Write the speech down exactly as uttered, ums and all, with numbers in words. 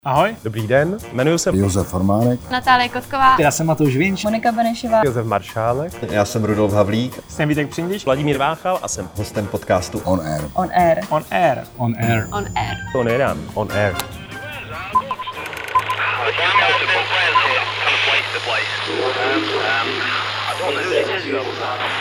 Ahoj. Dobrý den, jmenuji se Josef Formánek, Natálie Kotková, Já jsem Matouš Vinč, Monika Benešová, Josef Maršálek, Já jsem Rudolf Havlík, jsem Vítek Přindiš, Vladimír Váchal a jsem hostem podcastu On Air. On Air. On Air. On Air. On Air. On Air. On Air. Um, um, I don't know who it is, though.